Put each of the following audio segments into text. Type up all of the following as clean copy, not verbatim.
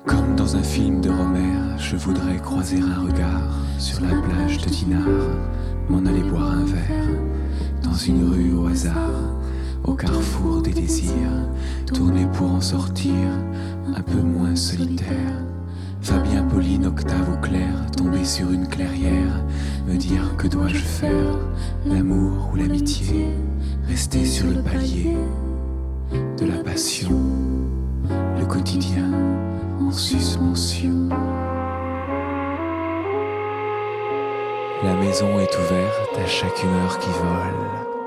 Comme dans un film de Romer, je voudrais croiser un regard sur la plage de Dinard, m'en aller boire un verre dans une rue au hasard, au carrefour des désirs, tourner pour en sortir un peu moins solitaire. Fabien, Pauline, Octave ou Claire, tomber sur une clairière, me dire que dois-je faire, l'amour ou l'amitié, rester sur le palier de la passion, le quotidien en suspension. La maison est ouverte à chaque humeur qui vole,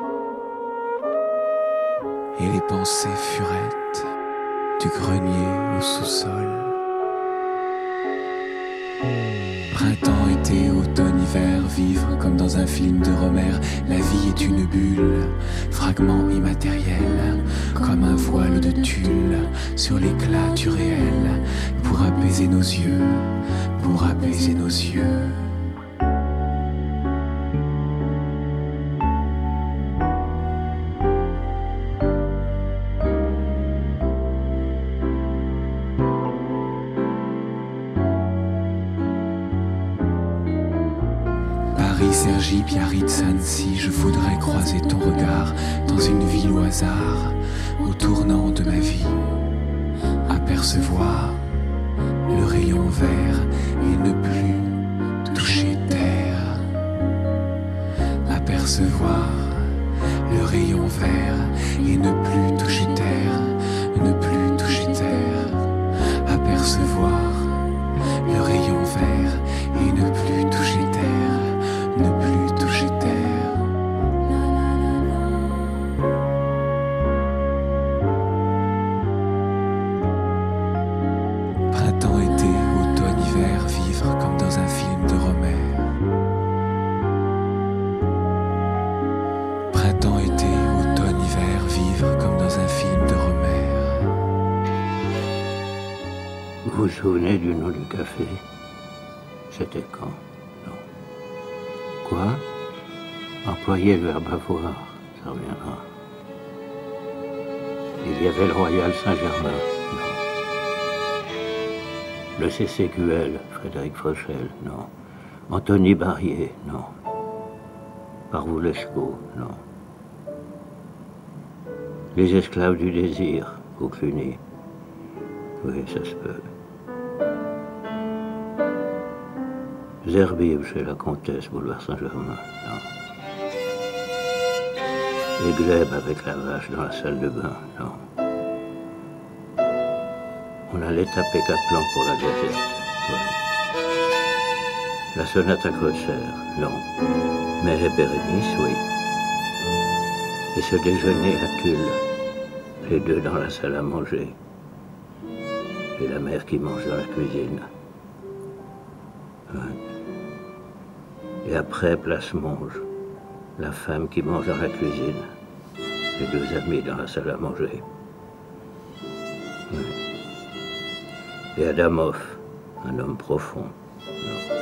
et les pensées furettes du grenier au sous-sol. Printemps, été, automne, hiver, vivre comme dans un film de Romer. La vie est une bulle, fragment immatériel, comme un voile de tulle sur l'éclat du réel, pour apaiser nos yeux, pour apaiser nos yeux. Sergi, Biarritz, Annecy, je voudrais croiser ton regard dans une ville au hasard, au tournant de ma vie, apercevoir le rayon vert et ne plus toucher terre, apercevoir le rayon vert et ne plus toucher terre, ne plus toucher terre, apercevoir le rayon vert et ne plus toucher terre. Ne plus toucher terre. Printemps, été, automne, hiver, vivre comme dans un film de Romer. Printemps, été, automne, hiver, vivre comme dans un film de Romer. Vous vous souvenez du nom du café? C'était quand? Quoi? Employer le verbe avoir, ça reviendra. Il y avait le Royal Saint-Germain, non. Le CCQL, Frédéric Frochel, non. Anthony Barrier, non. Parvoulesco, non. Les esclaves du désir, au Cluny. Oui, ça se peut. Zerbi chez la Comtesse, boulevard Saint-Germain, non. Et Gleb avec la vache dans la salle de bain, non. On allait taper Kaplan pour la Gazette, ouais. La sonate à Kreutzer, non. Mais Bérénice, oui. Et ce déjeuner à Tulle, les deux dans la salle à manger. Et la mère qui mange dans la cuisine. Ouais. Et après, place Monge, la femme qui mange dans la cuisine, les deux amis dans la salle à manger. Ouais. Et Adamov, un homme profond. Non.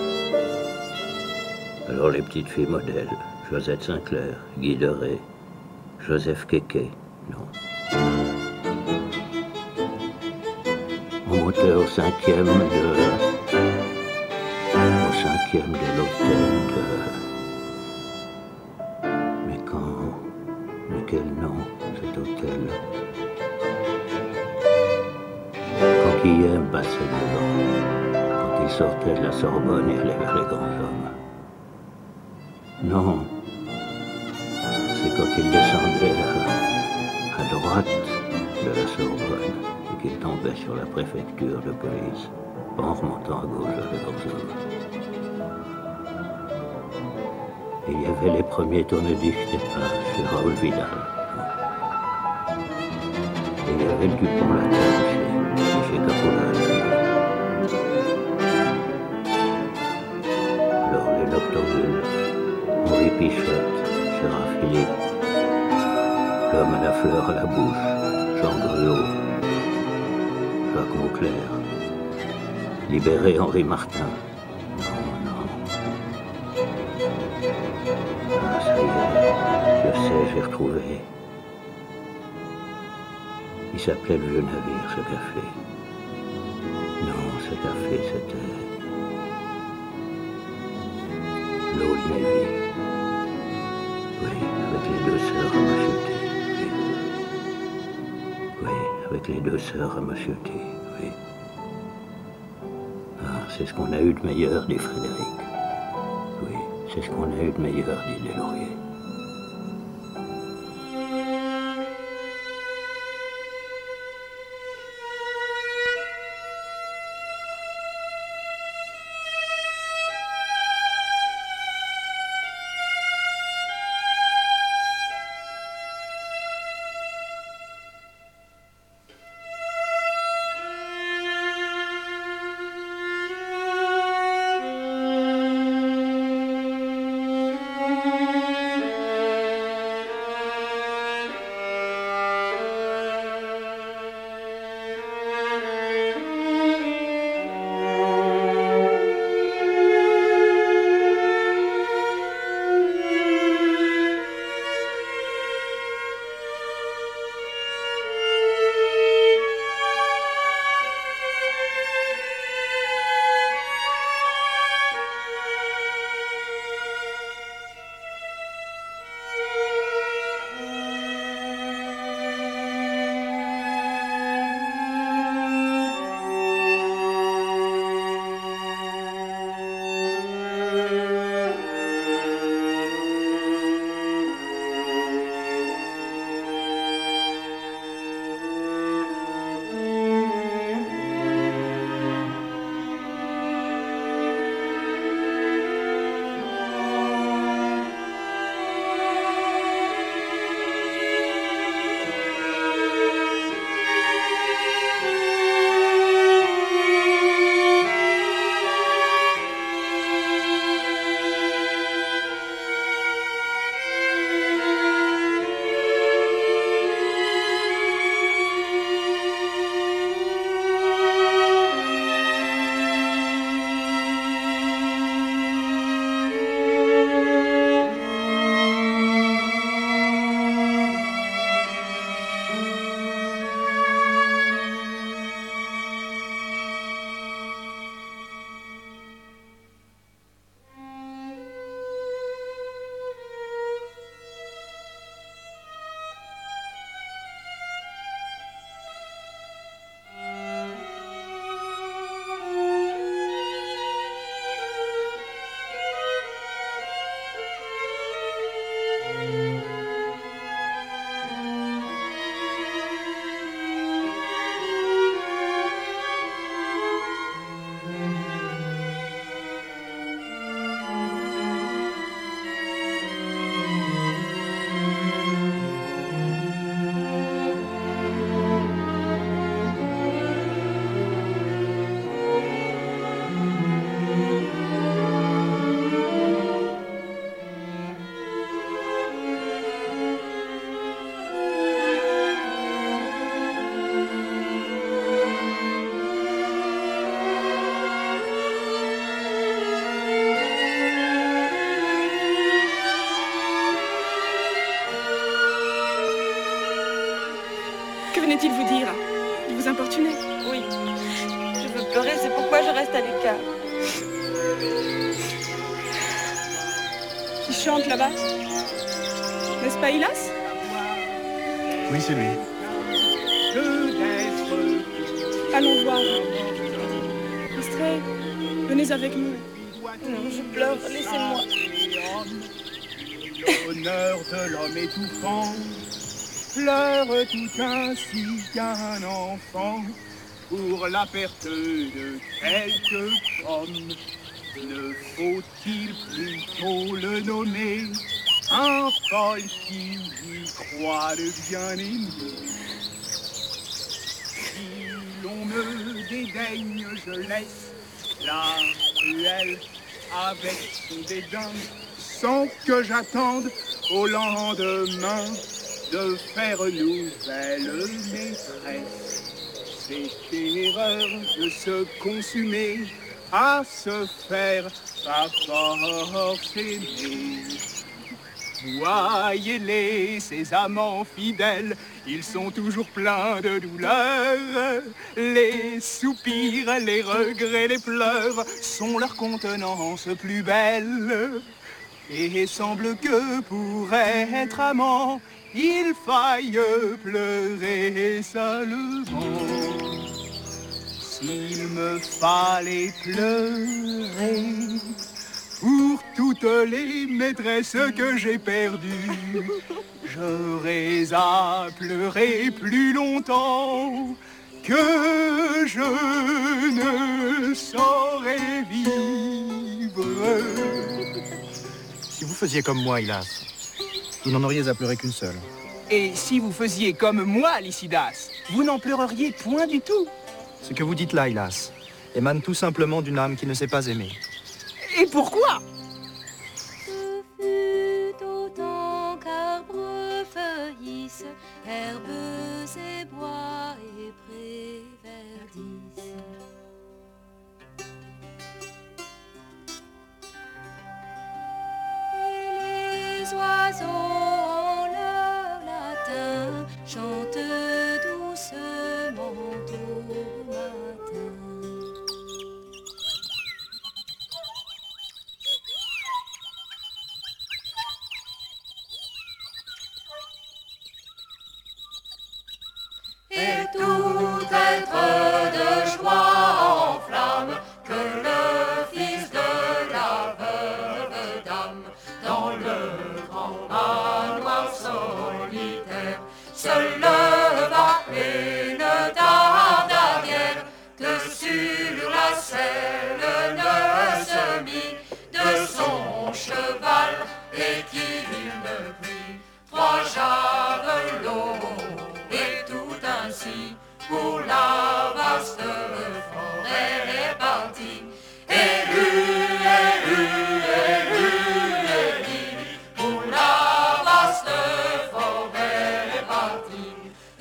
Alors les petites filles modèles, Josette Sinclair, Guy Deray, Joseph Kéké, non. On montait au cinquième de l'hôtel de... Mais quand... Mais quel nom, cet hôtel? Quand Guillaume passait devant, quand il sortait de la Sorbonne et allait vers les grands hommes. Non, c'est quand il descendait à droite de la Sorbonne et qu'il tombait sur la préfecture de police, en remontant à gauche vers les grands hommes. Il y avait les premiers tourne-disques chez Raoul Vidal. Et il y avait le Dupont-Latin chez Capolage. Alors les Noctambules, Henri Pichotte, Gérard Philippe, L'homme à la fleur à la bouche, Jean Gruau, Jacques Mauclair, Libéré Henri Martin. J'ai retrouvé. Il s'appelait Le Vieux Navire, ce café. café, c'était l'Old Navy. Oui, avec les deux sœurs à m'acheter. Oui, avec les deux sœurs à m'acheter. Oui. Ah, c'est ce qu'on a eu de meilleur, dit Frédéric. Oui, c'est ce qu'on a eu de meilleur, dit Deslauriers. Que venait-il vous dire? Il vous importunait? Oui. Je veux pleurer, c'est pourquoi je reste à l'écart. Qui chante là-bas? N'est-ce pas Hylas? Oui, c'est lui. Allons voir. Astrée, venez avec nous. Non, je pleure, laissez-moi. L'honneur de l'homme étouffant pleure tout ainsi qu'un enfant pour la perte de quelques pommes. Ne faut-il plutôt le nommer un folle qui y croit le bien-aimé? Si l'on me dédaigne, je laisse la ruelle avec son dédain, sans que j'attende au lendemain de faire nouvelle maîtresse. C'est erreur de se consumer à se faire par force aimer. Voyez-les, ces amants fidèles, Ils sont toujours pleins de douleur. Les soupirs, les regrets, les pleurs sont leur contenance plus belle. Et semble que pour être amant, il faille pleurer seulement. S'il me fallait pleurer pour toutes les maîtresses que j'ai perdues, j'aurais à pleurer plus longtemps que je ne saurais vivre. Si vous faisiez comme moi, Hylas, vous n'en auriez à pleurer qu'une seule. Et si vous faisiez comme moi, Lycidas, vous n'en pleureriez point du tout. Ce que vous dites là, Hylas, émane tout simplement d'une âme qui ne sait pas aimer. Et pourquoi? Ce fut au temps qu'arbres feuillissent, herbes et bois et prés verdissent. Et les oiseaux en leur latin chantent doucement au matin. Et tout être de joie en flamme que le fils de la veuve d'âme dans le grand manoir solitaire se leva et ne tarda guère que sur la selle ne se mit de son cheval et qu'il ne prit 3 javelots. Et tout ainsi, pour la vaste forêt répartie, pour la vaste forêt répartie,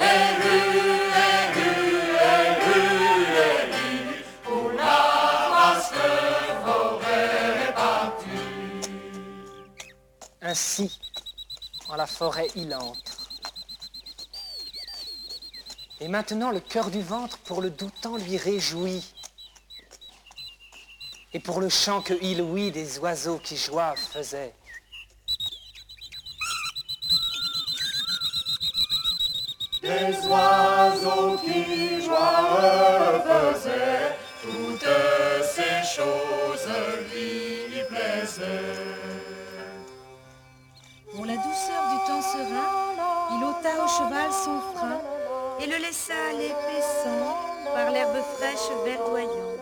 pour la vaste forêt répartie. Ainsi, dans la forêt il entre. Et maintenant le cœur du ventre pour le doux temps lui réjouit. Et pour le chant que il ouït des oiseaux qui joie faisaient. Des oiseaux qui joie faisaient, toutes ces choses lui plaisaient. Pour la douceur du temps serein, il ôta au cheval son frein et le laissa aller paissant par l'herbe fraîche verdoyante.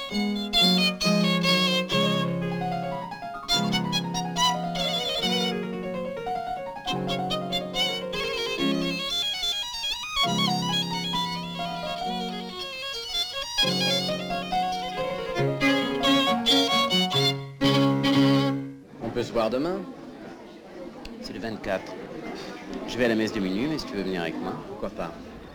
On peut se voir demain? C'est le 24. Je vais à la messe de minuit, mais si tu veux venir avec moi, pourquoi pas?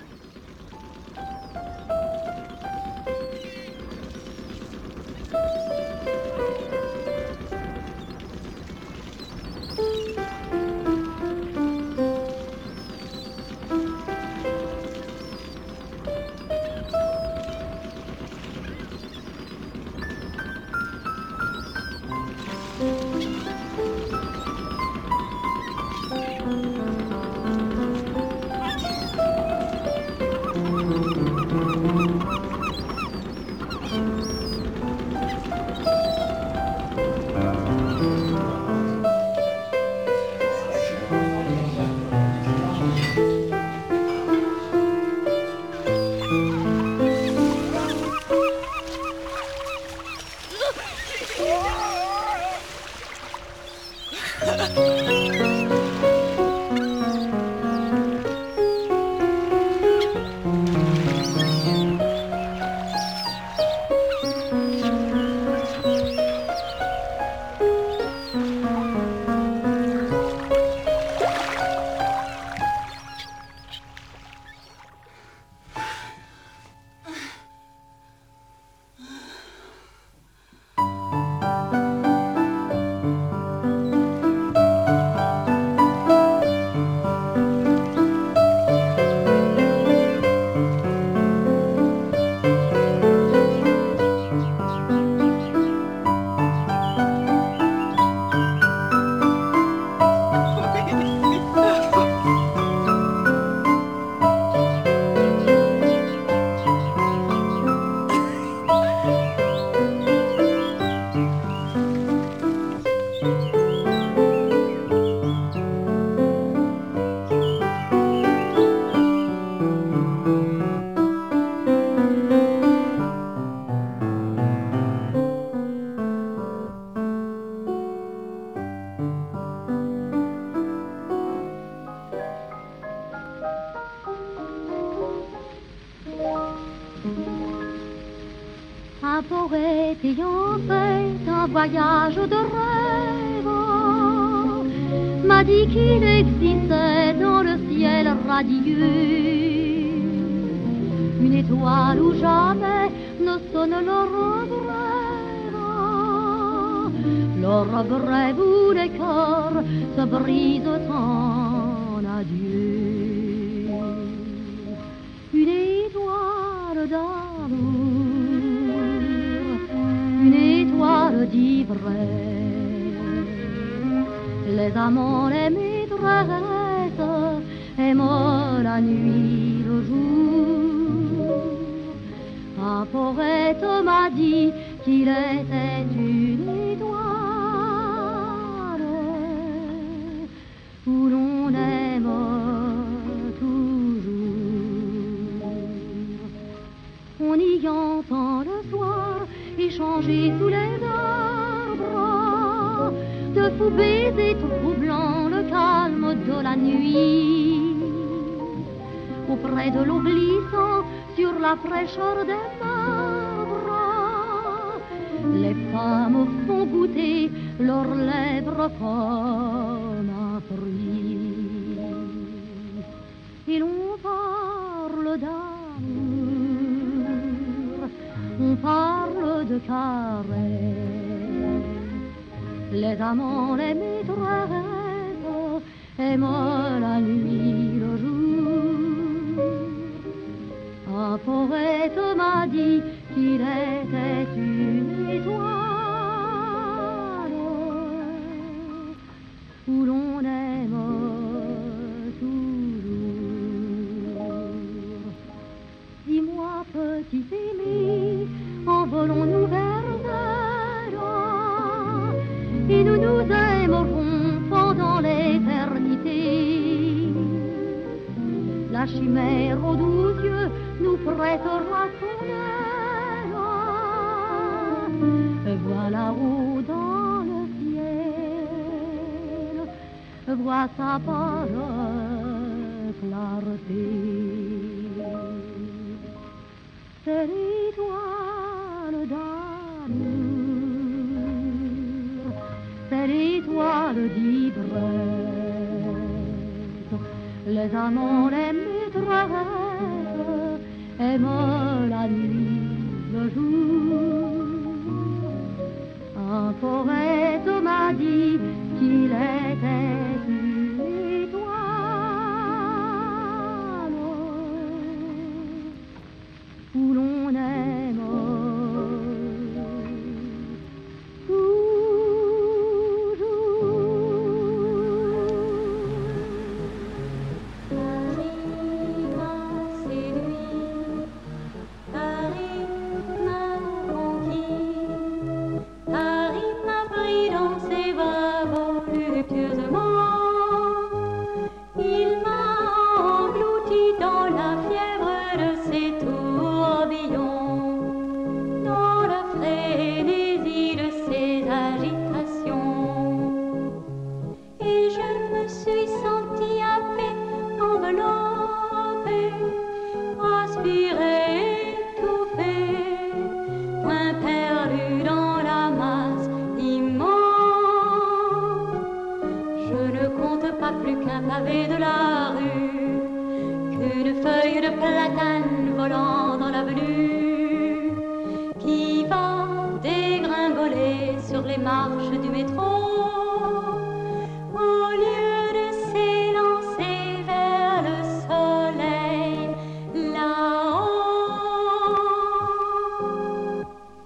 Un poète ayant fait un voyage de rêve m'a dit qu'il existait dans le ciel radieux une étoile où jamais ne sonne l'aurore brève, l'aurore brève où les cœurs se brisent en adieu. Une étoile d'amour, une étoile d'ivresse, les amants, les maîtresses aiment la nuit, le jour. Un poète m'a dit qu'il était une étoile où l'on aime toujours. On y entend le soir échanger sous les arbres de fous baisers troublants le calme de la nuit. Auprès de l'eau glissant sur la fraîcheur des marbres, les femmes font goûter leurs lèvres comme un fruit. Et l'on parle d'amour, on parle de caresses, les amants, les maîtresses aiment la nuit, le jour. Un poète m'a dit qu'il était une étoile où l'on aime toujours. Dis-moi, petit aimé, envolons-nous vers elle et nous nous aimerons pendant l'éternité. La chimère aux doux yeux nous prêtera son aile tient la roue dans le ciel, vois sa pâle clarté. C'est l'étoile d'amour, c'est l'étoile d'ivresse. Les amants, les maîtresses aiment la nuit, le jour. Un poète m'a dit qu'il était une étoile où l'on aime de la rue, qu'une feuille de platane volant dans l'avenue, qui va dégringoler sur les marches du métro, au lieu de s'élancer vers le soleil là-haut.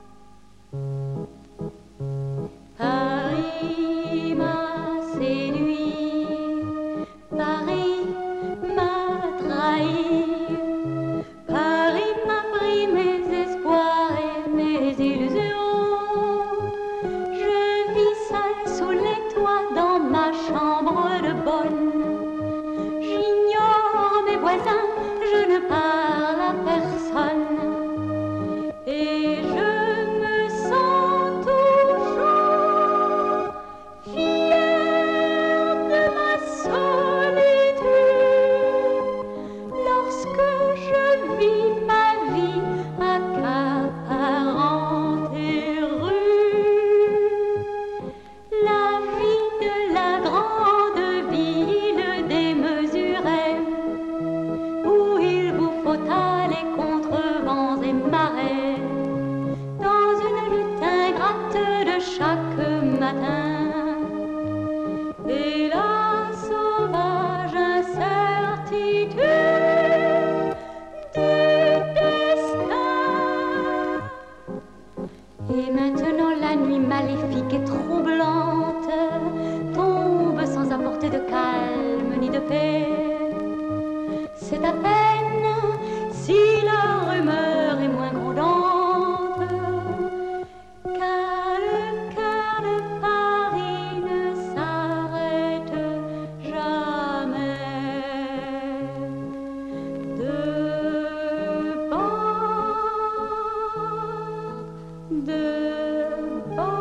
Paris m'a séduit, Paris m'a trahi, Paris m'a pris mes espoirs et mes illusions. Je vis seule sous les toits dans ma chambre de bonne. J'ignore mes voisins, je ne parle à personne. Et je me sens toujours fière de ma solitude lorsque je vis ma vie accaparante et rude. La vie de la grande ville démesurée où il vous faut aller contre vents et marées dans une lutte ingrate de chaque matin. Et la sauvage incertitude du destin. Et maintenant la nuit maléfique et troublante tombe sans apporter de calme ni de paix. C'est à peine si la rumeur est moins grondante car le cœur de Paris ne s'arrête jamais. De bord,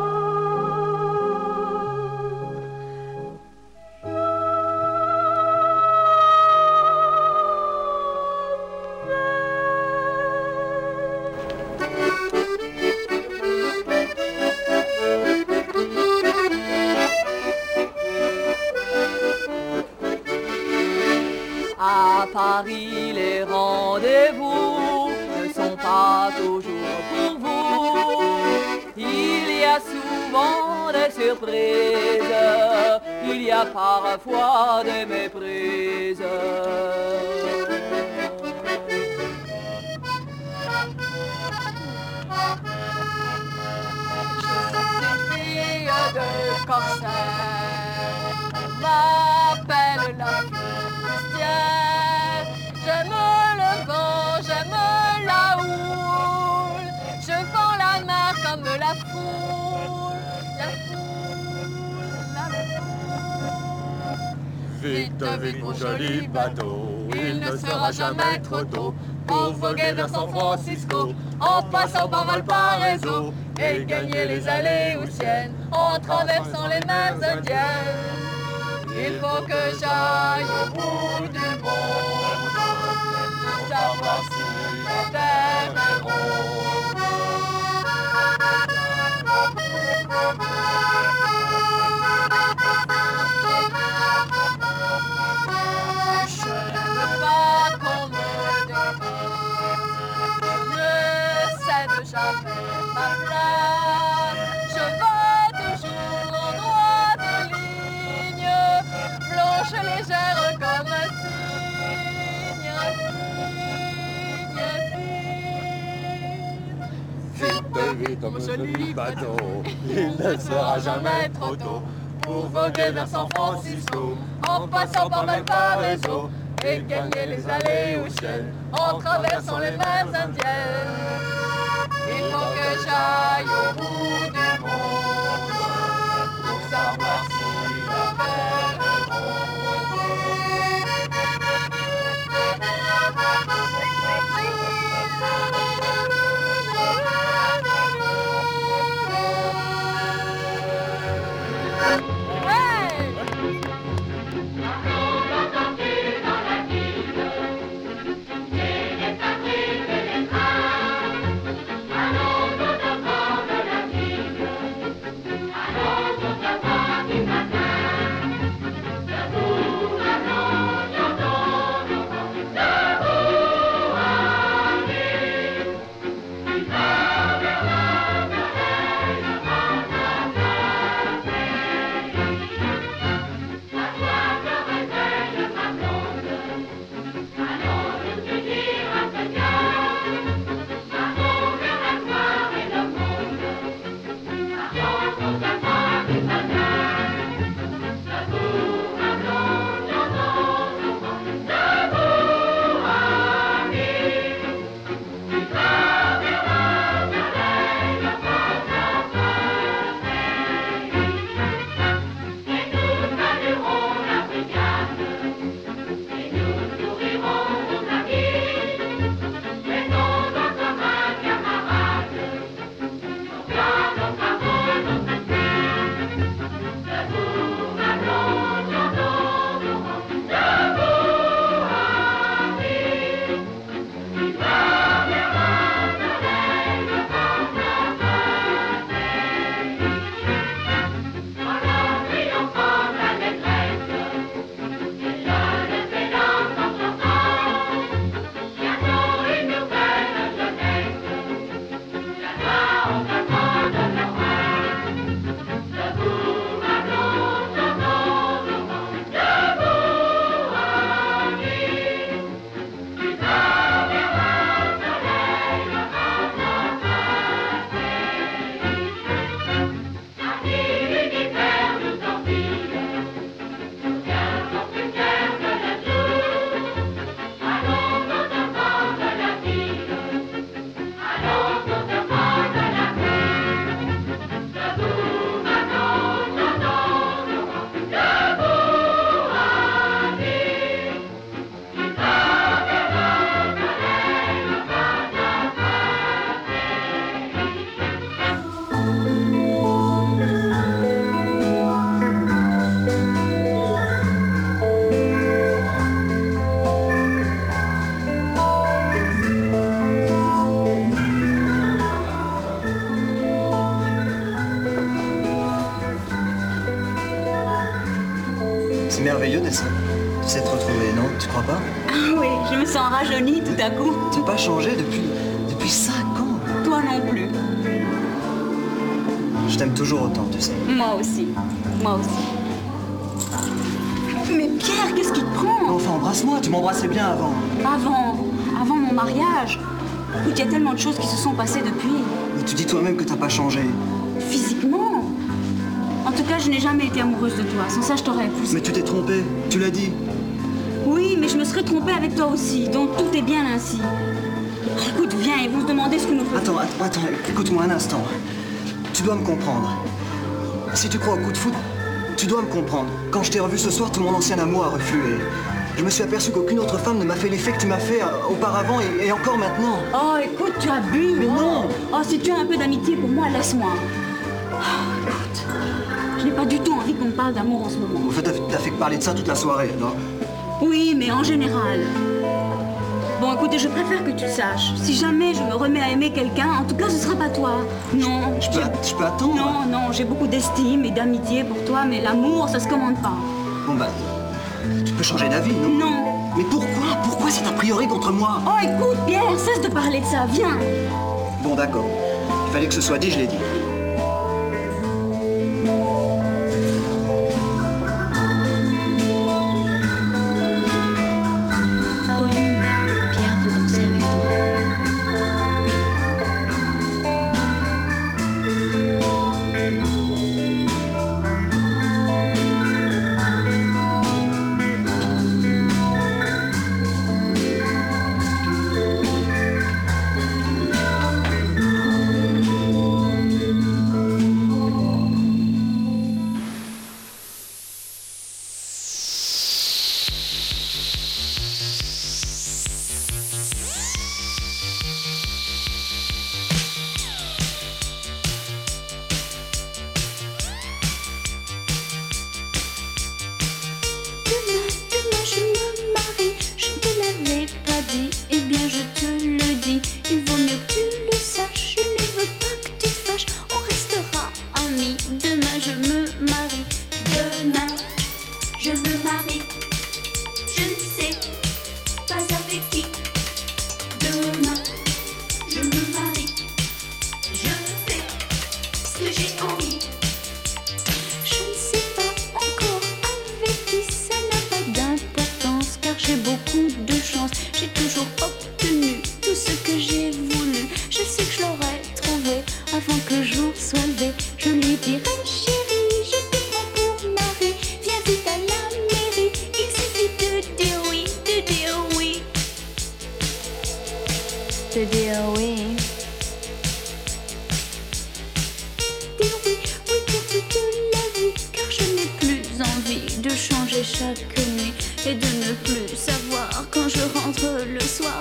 À Paris, les rendez-vous ne sont pas toujours pour vous. Il y a souvent des surprises, il y a parfois des méprises. Une fille de Corsaire m'appelle la flibustière. J'aime le vent, j'aime la houle, je vends la mer comme la foule, la foule, la foule. Vite, vite, mon joli bateau, il ne sera jamais trop tôt pour voguer vers San Francisco, en passant par Valparaiso, et gagner les Aléoutiennes, en traversant les mers indiennes. Il faut que j'aille au bout du monde, pour savoir si la terre est ronde. Je ne veux pas qu'on me dépose, je cède jamais ma place. Je veux toujours en droite ligne, blanche et légère comme un cygne, Vite, vite, mon joli bateau, il ne sera jamais trop tôt pour voguer vers San Francisco, en passant par Valparaiso, et gagner les Aléoutiennes, en traversant les mers indiennes. Il faut que j'aille au bout du monde, pour savoir si la terre est ronde. C'est merveilleux de s'être retrouvé, non? Tu crois pas? Ah oui, je me sens rajeunie tout à coup. Tu n'as pas changé depuis 5 ans. Toi non plus. Je t'aime toujours autant, tu sais. Moi aussi. Moi aussi. Mais Pierre, qu'est-ce qui te prend? Enfin, embrasse-moi, tu m'embrassais bien avant. Avant mon mariage. Écoute, il y a tellement de choses qui se sont passées depuis. Et tu dis toi-même que t'as pas changé. Physiquement. En tout cas, je n'ai jamais été amoureuse de toi. Sans ça, je t'aurais épousée. Mais tu t'es trompée, tu l'as dit. Oui, mais je me serais trompée avec toi aussi. Donc tout est bien ainsi. Écoute, viens, ils vont se demander ce que nous faisons. Attends, écoute-moi un instant. Tu dois me comprendre. Si tu crois au coup de foudre, tu dois me comprendre. Quand je t'ai revu ce soir, tout mon ancien amour a reflué. Je me suis aperçu qu'aucune autre femme ne m'a fait l'effet que tu m'as fait auparavant et encore maintenant. Oh, écoute, tu as bu. Mais non. Oh, si tu as un peu d'amitié pour moi, laisse-moi. Oh, écoute, je n'ai pas du tout envie qu'on me parle d'amour en ce moment. En fait, t'as fait que parler de ça toute la soirée, alors. Oui, mais en général. Bon, écoutez, je préfère que tu le saches. Si jamais je me remets à aimer quelqu'un, en tout cas, ce sera pas toi. Non. Je peux attendre. Non, j'ai beaucoup d'estime et d'amitié pour toi, mais l'amour, ça se commande pas. Bon, bah, tu peux changer d'avis, non? Non. Mais pourquoi? Pourquoi c'est a priori contre moi? Oh, écoute, Pierre, cesse de parler de ça, viens. Bon, d'accord. Il fallait que ce soit dit, je l'ai dit.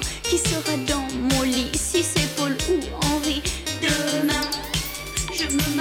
Je me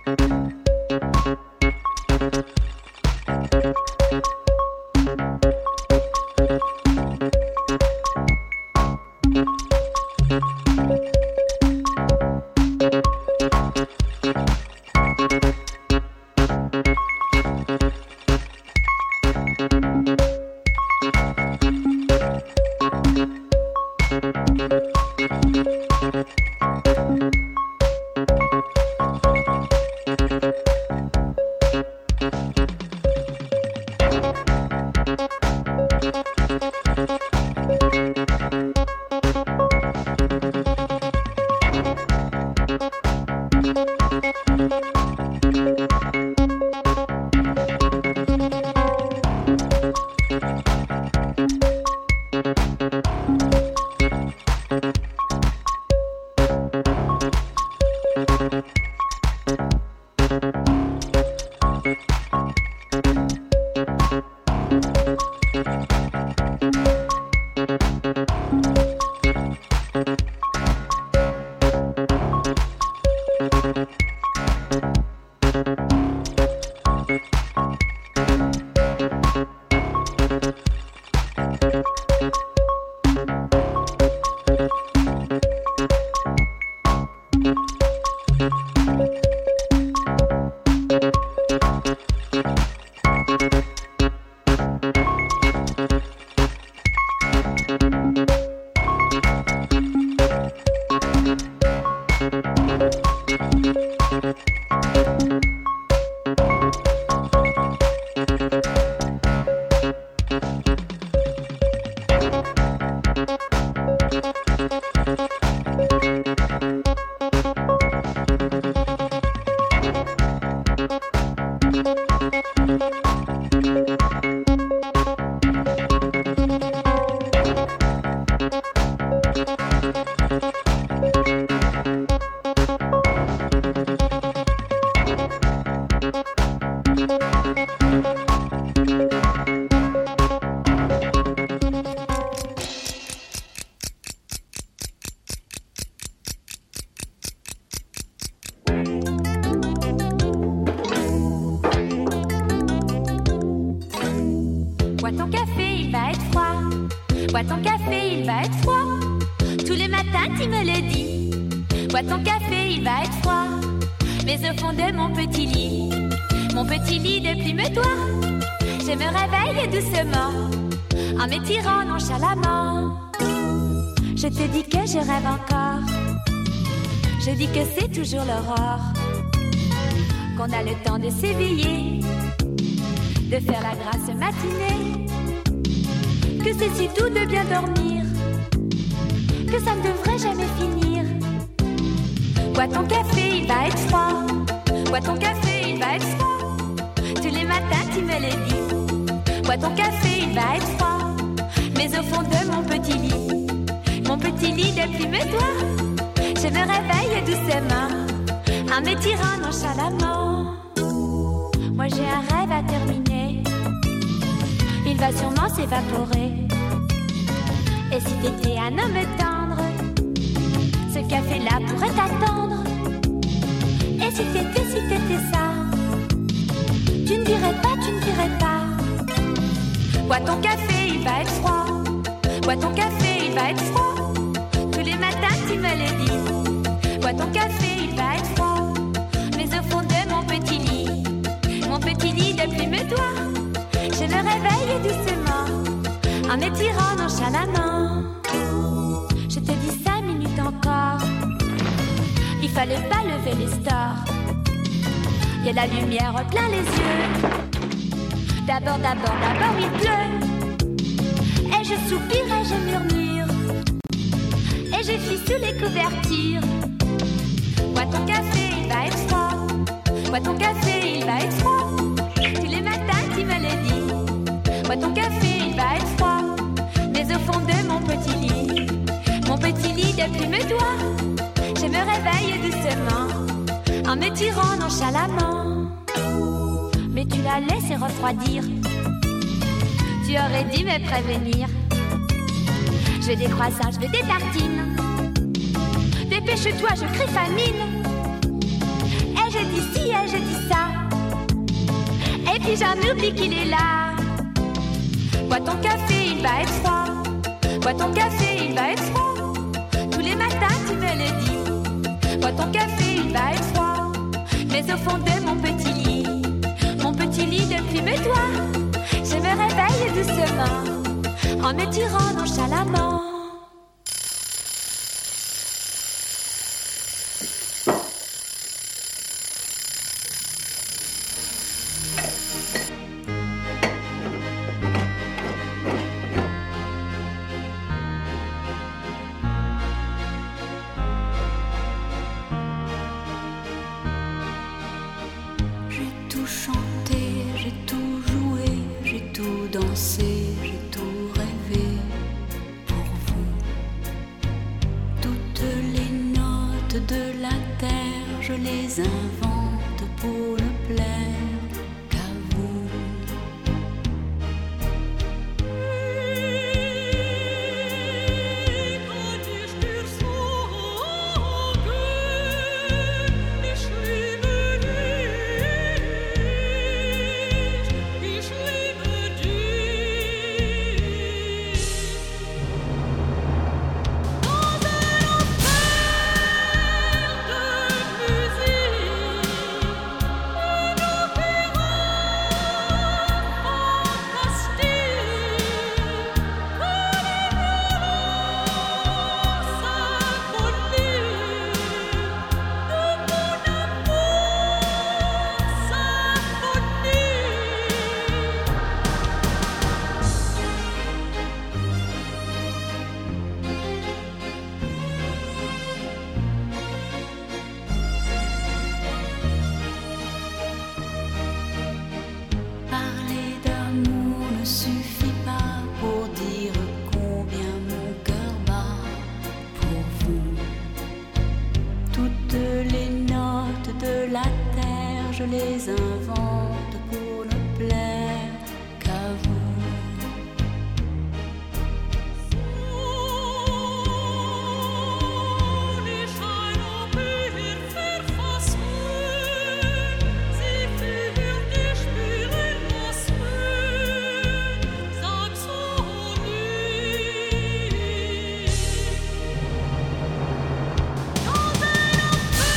Bois ton café, il va être froid. Bois ton café, il va être froid. Tous les matins, tu me le dis. Bois ton café, il va être froid. Mais au fond de mon petit lit de plume-toi, je me réveille doucement en m'étirant nonchalamment. Je te dis que je rêve encore. Je dis que c'est toujours l'aurore, qu'on a le temps de s'éveiller, de faire la grasse matinée, que c'est si doux de bien dormir, que ça ne devrait jamais finir. Bois ton café, il va être froid. Bois ton café, il va être froid. Tous les matins, tu me le dis. Bois ton café, il va être froid. Mais au fond de mon petit lit de plume-toi, je me réveille doucement en m'étirant nonchalamment. Moi j'ai un rêve à terminer, il va sûrement s'évaporer. Et si t'étais un homme tendre, ce café-là pourrait t'attendre. Et si t'étais ça, tu ne dirais pas. Bois ton café, il va être froid. Bois ton café, il va être froid. Tous les matins, tu me le dis. Bois ton café, il va être froid. Mais au fond de mon petit lit de plume-toi, je me réveille doucement en m'étirant nonchalamment. Je te dis 5 minutes encore, il fallait pas lever les stores. Il y a la lumière plein les yeux. D'abord, il pleut. Et je soupire et je murmure. Et je fuis sous les couvertures. Bois ton café, il va être froid. Bois ton café, il va être froid. Tous les matins, tu me le dis. Bois ton café, il va être froid. Mais au fond de mon petit lit de plume-toi, je me réveille doucement en me tirant nonchalamment. Mais tu l'as laissé refroidir. Tu aurais dû me prévenir. Je veux des croissants, je veux des tartines. Dépêche-toi, je crie famine. Et je dis si et Et puis j'en oublie qu'il est là. Bois ton café, il va être froid. Bois ton café, il va être froid. Tous les matins tu me le dis. Bois ton café, il va être froid. Mais au fond de mon petit lit de plume et toi, je me réveille doucement en me tirant nonchalamment.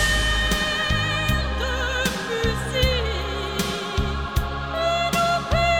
Musique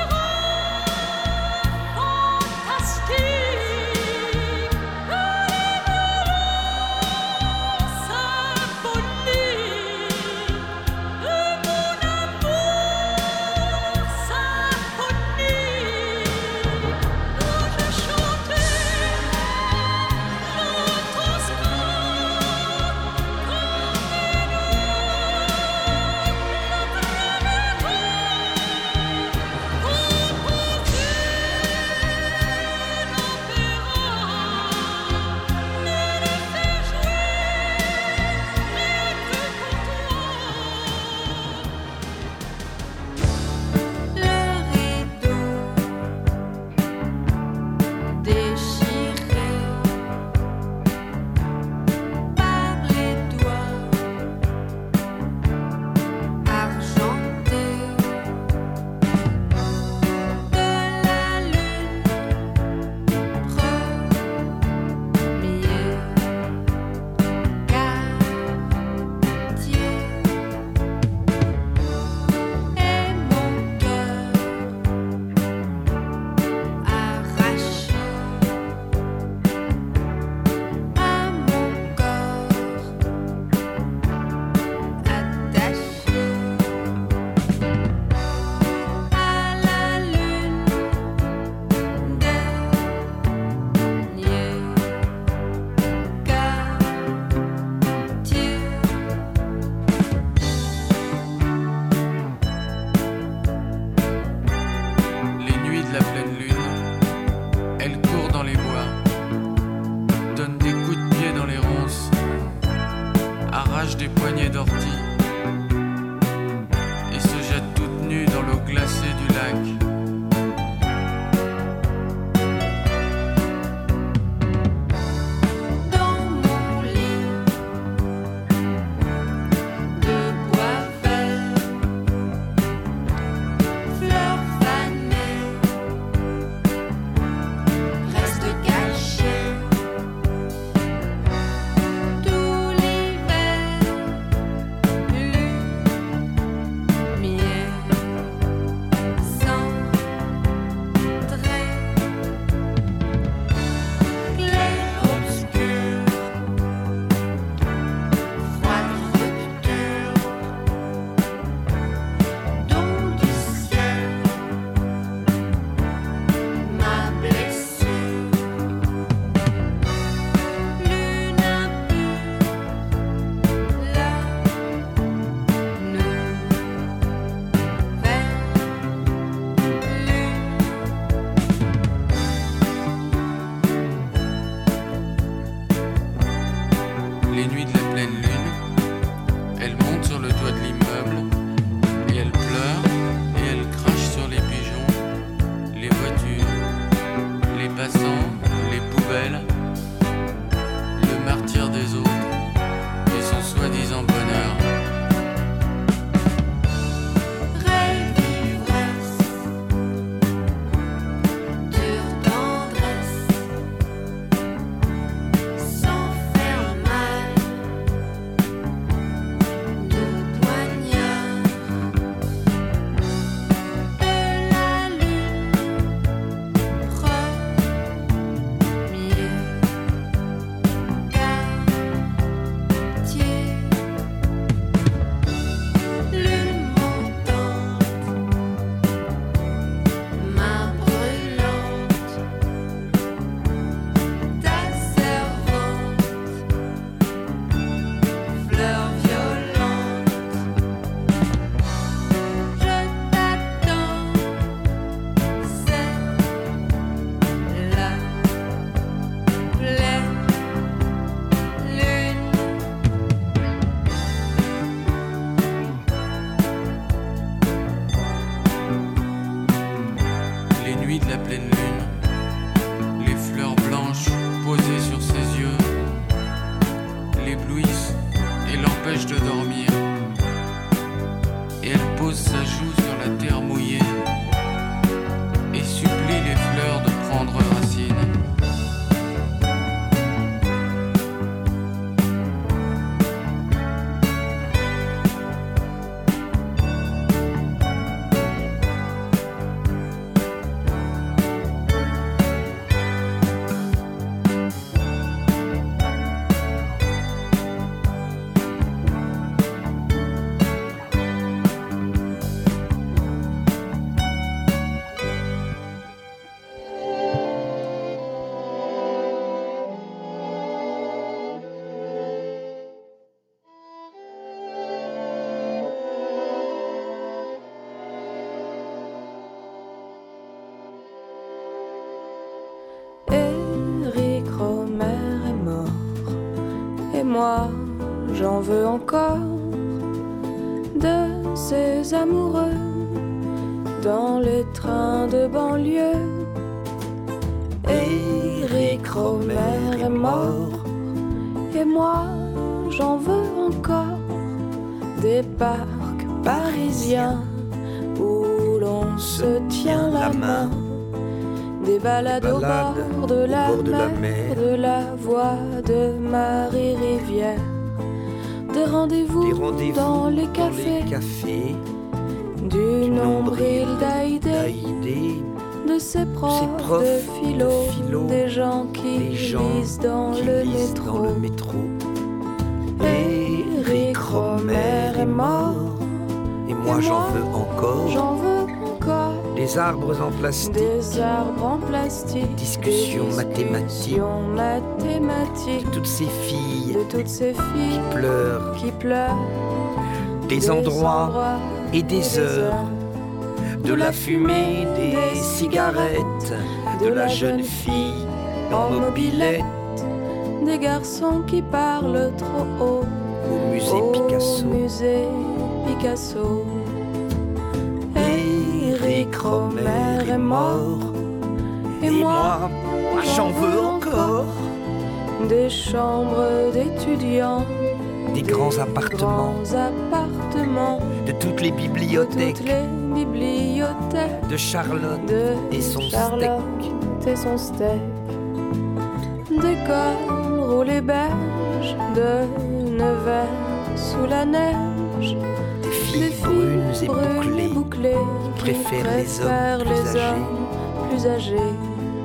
j'en veux encore de ces amoureux dans les trains de banlieue. Éric Rohmer est mort et moi j'en veux encore des parcs parisiens où l'on se tient la main, des balades au bord de la mer, de la voix de Marie-Rivière, des rendez-vous dans les cafés, du nombril d'Haïdé, de ses profs de philo, des gens qui lisent dans le métro. Éric Rohmer est mort, et moi j'en veux encore. Des arbres en plastique, discussions mathématiques, de toutes ces filles qui pleurent, des endroits et des heures, de la fumée des cigarettes, de la jeune fille en mobilette, des garçons qui parlent trop haut au musée Picasso. Éric Rohmer est mort et moi j'en veux encore. Des chambres d'étudiants, des grands appartements, de toutes les bibliothèques, de Charlotte et son steak, des cols roulés beige, de Nevers sous la neige, des filles brunes et bouclées qui préfèrent les hommes plus âgés.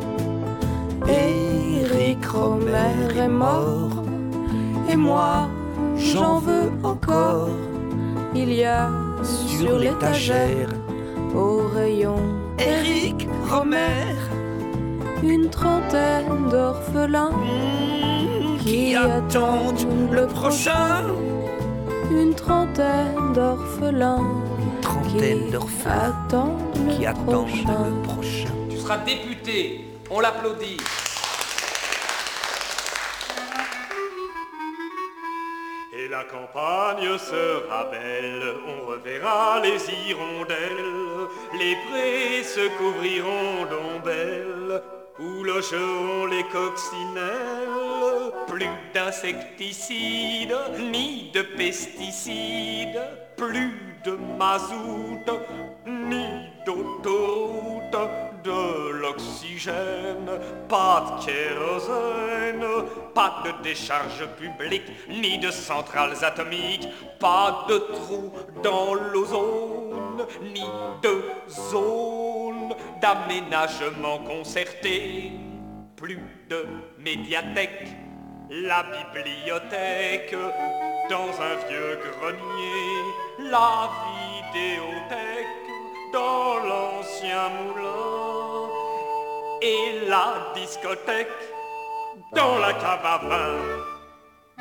Éric Rohmer est mort et moi j'en veux encore. Il y a sur l'étagère au rayon Éric Rohmer une trentaine d'orphelins qui attendent le prochain. Une trentaine d'orphelins qui attendent le prochain. Tu seras député, on l'applaudit. Et la campagne sera belle, on reverra les hirondelles, les prés se couvriront d'ombelles, où logeront les coccinelles. Plus d'insecticides, ni de pesticides, plus de mazout, ni d'autoroute, de l'oxygène, pas de kérosène, pas de décharge publique, ni de centrales atomiques, pas de trous dans l'ozone, ni de zone d'aménagement concerté, plus de médiathèque, la bibliothèque, dans un vieux grenier, la vidéothèque, dans l'ancien moulin, et la discothèque, dans la cave à vin.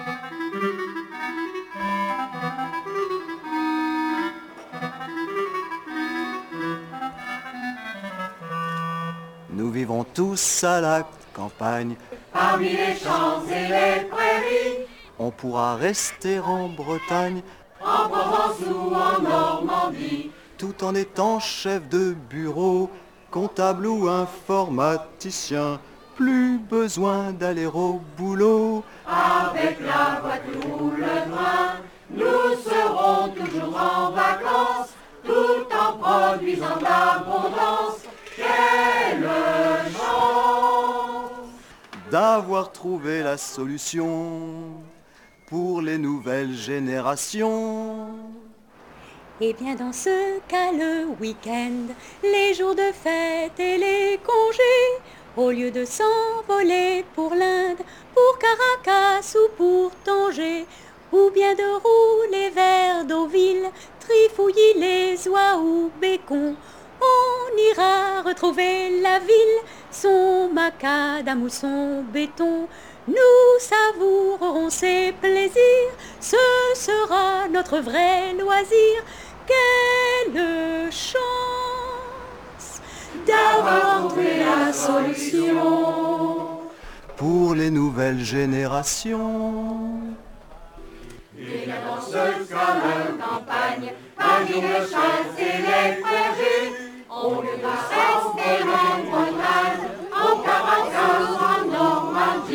Nous vivrons tous à la campagne, parmi les champs et les prairies. On pourra rester en Bretagne, en Provence ou en Normandie, tout en étant chef de bureau, comptable ou informaticien. Plus besoin d'aller au boulot. Avec la voiture ou le train, nous serons toujours en vacances, tout en produisant de l'abondance. Quelle chance d'avoir trouvé la solution pour les nouvelles générations. Et bien dans ce cas, le week-end, les jours de fête et les congés, au lieu de s'envoler pour l'Inde, pour Caracas ou pour Tanger, ou bien de rouler vers Deauville, Trifouillis, les oies ou Bécon, on ira retrouver la ville, son macadam ou son béton. Nous savourerons ses plaisirs, ce sera notre vrai loisir. Quelle chance d'avoir trouvé la solution pour les nouvelles générations. Et ce qu'à la campagne, parmi les chasses et les prairies, au lieu de rester en Bretagne, en Caracas, en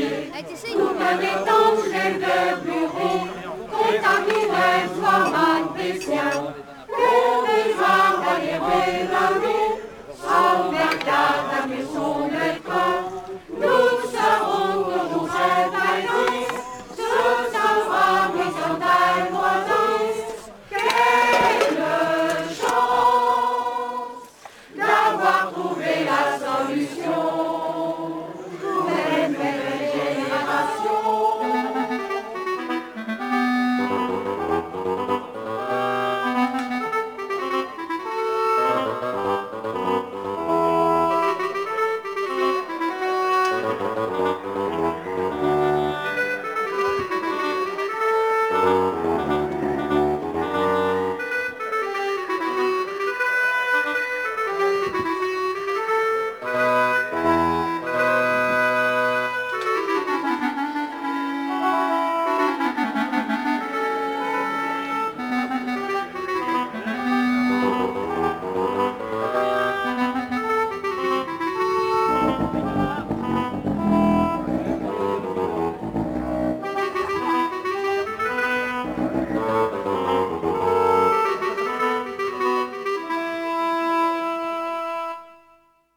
Normandie, nous venons chez le bureau, contaminer soi-même.